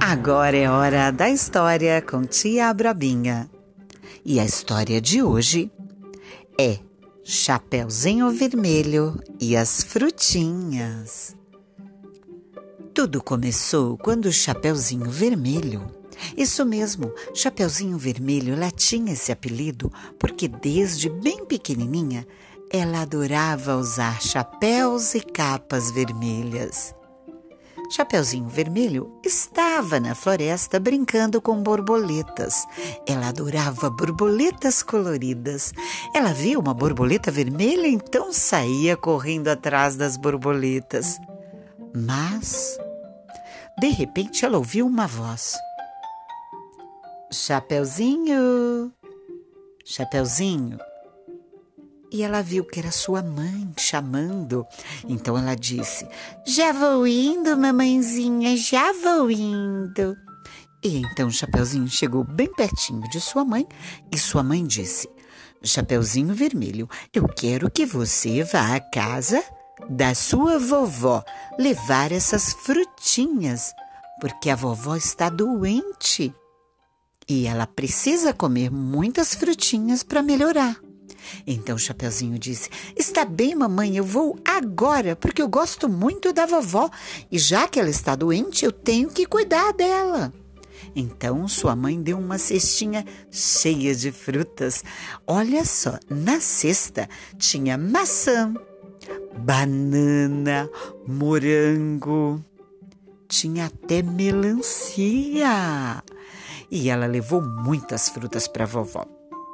Agora é hora da história com tia Brabinha. E a história de hoje é Chapeuzinho Vermelho e as Frutinhas. Tudo começou quando o Chapeuzinho Vermelho, isso mesmo, Chapeuzinho Vermelho, ela tinha esse apelido porque desde bem pequenininha ela adorava usar chapéus e capas vermelhas. Chapeuzinho Vermelho estava na floresta brincando com borboletas. Ela adorava borboletas coloridas. Ela viu uma borboleta vermelha, então saía correndo atrás das borboletas. Mas, de repente, ela ouviu uma voz. Chapeuzinho, Chapeuzinho. E ela viu que era sua mãe chamando. Então ela disse: "Já vou indo, mamãezinha, já vou indo." E então Chapeuzinho chegou bem pertinho de sua mãe e sua mãe disse: "Chapeuzinho Vermelho, eu quero que você vá à casa da sua vovó levar essas frutinhas, porque a vovó está doente e ela precisa comer muitas frutinhas para melhorar." Então Chapeuzinho disse: "Está bem, mamãe, eu vou agora, porque eu gosto muito da vovó e já que ela está doente, eu tenho que cuidar dela." Então sua mãe deu uma cestinha cheia de frutas. Olha só, na cesta tinha maçã, banana, morango, tinha até melancia. E ela levou muitas frutas para a vovó.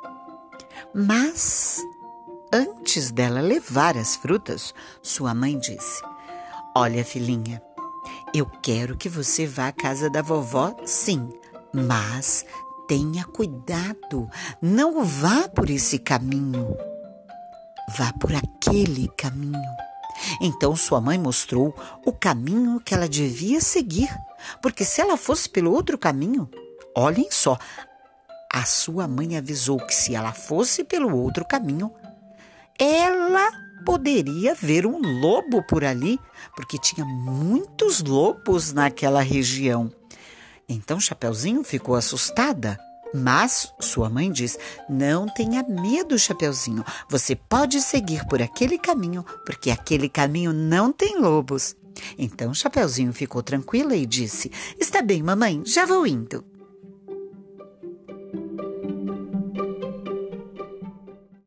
Mas, antes dela levar as frutas, sua mãe disse: "Olha, filhinha, eu quero que você vá à casa da vovó, sim, mas tenha cuidado, não vá por esse caminho, vá por aquele caminho." Então sua mãe mostrou o caminho que ela devia seguir, porque se ela fosse pelo outro caminho, olhem só, a sua mãe avisou que se ela fosse pelo outro caminho, ela poderia ver um lobo por ali, porque tinha muitos lobos naquela região. Então Chapeuzinho ficou assustada, mas sua mãe diz: "Não tenha medo, Chapeuzinho, você pode seguir por aquele caminho, porque aquele caminho não tem lobos." Então Chapeuzinho ficou tranquila e disse: "Está bem, mamãe, já vou indo."